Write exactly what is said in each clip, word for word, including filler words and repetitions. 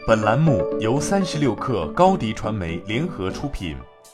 本栏目由三十六氪高迪传媒联合出品。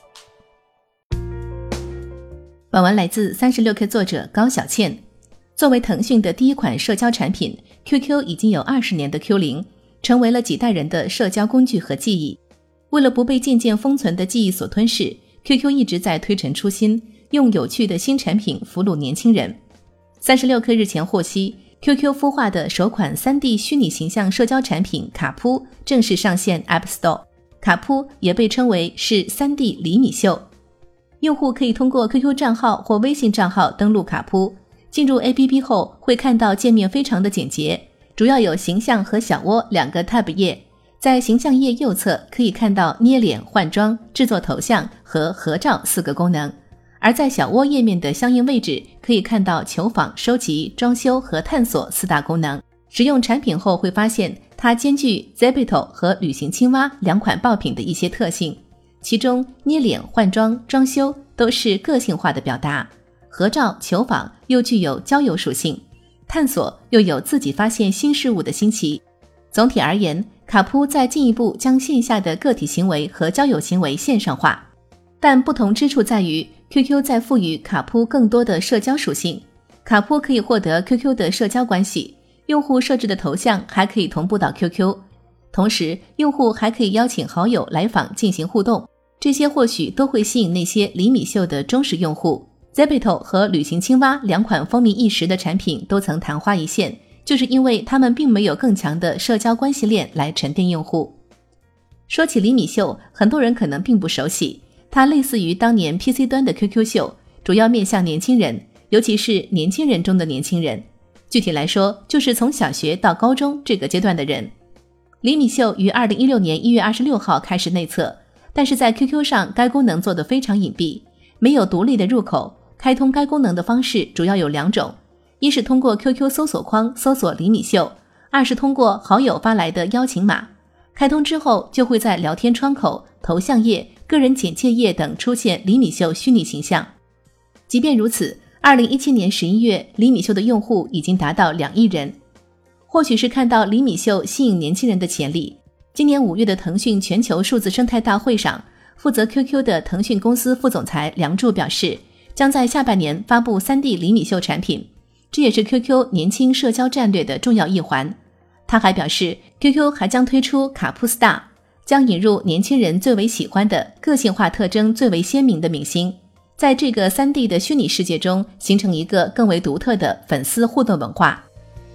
本文来自三十六氪作者高小倩。作为腾讯的第一款社交产品， Q Q 已经有二十年的 Q 零， 成为了几代人的社交工具和记忆。为了不被渐渐封存的记忆所吞噬， Q Q 一直在推陈出新，用有趣的新产品俘虏年轻人。三十六氪日前获悉， Q Q 孵化的首款 三 D 虚拟形象社交产品卡扑正式上线 App Store。 卡扑也被称为是 三 D 厘米秀，用户可以通过 Q Q 账号或微信账号登录卡扑，进入 A P P 后会看到界面非常的简洁，主要有形象和小窝两个 tab 页。在形象页右侧可以看到捏脸、换装、制作头像和合照四个功能，而在小窝页面的相应位置可以看到求访、收集、装修和探索四大功能。使用产品后会发现它兼具 Zepeto 和旅行青蛙两款爆品的一些特性，其中捏脸、换装、装修都是个性化的表达，合照、求访又具有交友属性，探索又有自己发现新事物的新奇。总体而言，卡扑在进一步将线下的个体行为和交友行为线上化，但不同之处在于 Q Q 在赋予卡扑更多的社交属性。卡扑可以获得 Q Q 的社交关系，用户设置的头像还可以同步到 Q Q， 同时用户还可以邀请好友来访进行互动，这些或许都会吸引那些厘米秀的忠实用户。 Zepeto 和旅行青蛙两款风靡一时的产品都曾昙花一现，就是因为他们并没有更强的社交关系链来沉淀用户。说起厘米秀，很多人可能并不熟悉，它类似于当年 P C 端的 Q Q 秀，主要面向年轻人，尤其是年轻人中的年轻人。具体来说，就是从小学到高中这个阶段的人。厘米秀于二零一六年一月二十六号开始内测，但是在 Q Q 上该功能做得非常隐蔽，没有独立的入口。开通该功能的方式主要有两种，一是通过 Q Q 搜索框搜索厘米秀，二是通过好友发来的邀请码。开通之后就会在聊天窗口、头像页、个人简介页等出现厘米秀虚拟形象。即便如此，二零一七年十一月厘米秀的用户已经达到两亿人。或许是看到厘米秀吸引年轻人的潜力，今年五月的腾讯全球数字生态大会上，负责 Q Q 的腾讯公司副总裁梁祝表示，将在下半年发布 三 D 厘米秀产品，这也是 Q Q 年轻社交战略的重要一环。他还表示 Q Q 还将推出卡扑 Star， 将引入年轻人最为喜欢的个性化特征最为鲜明的明星，在这个 三 D 的虚拟世界中形成一个更为独特的粉丝互动文化。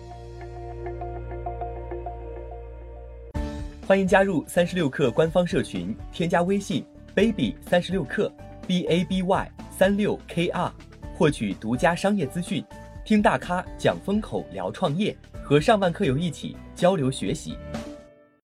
欢迎加入三十六氪官方社群，添加微信 baby 三十六氪 B A B Y 三六 K R， 获取独家商业资讯，听大咖讲风口聊创业，和上万客友一起交流学习。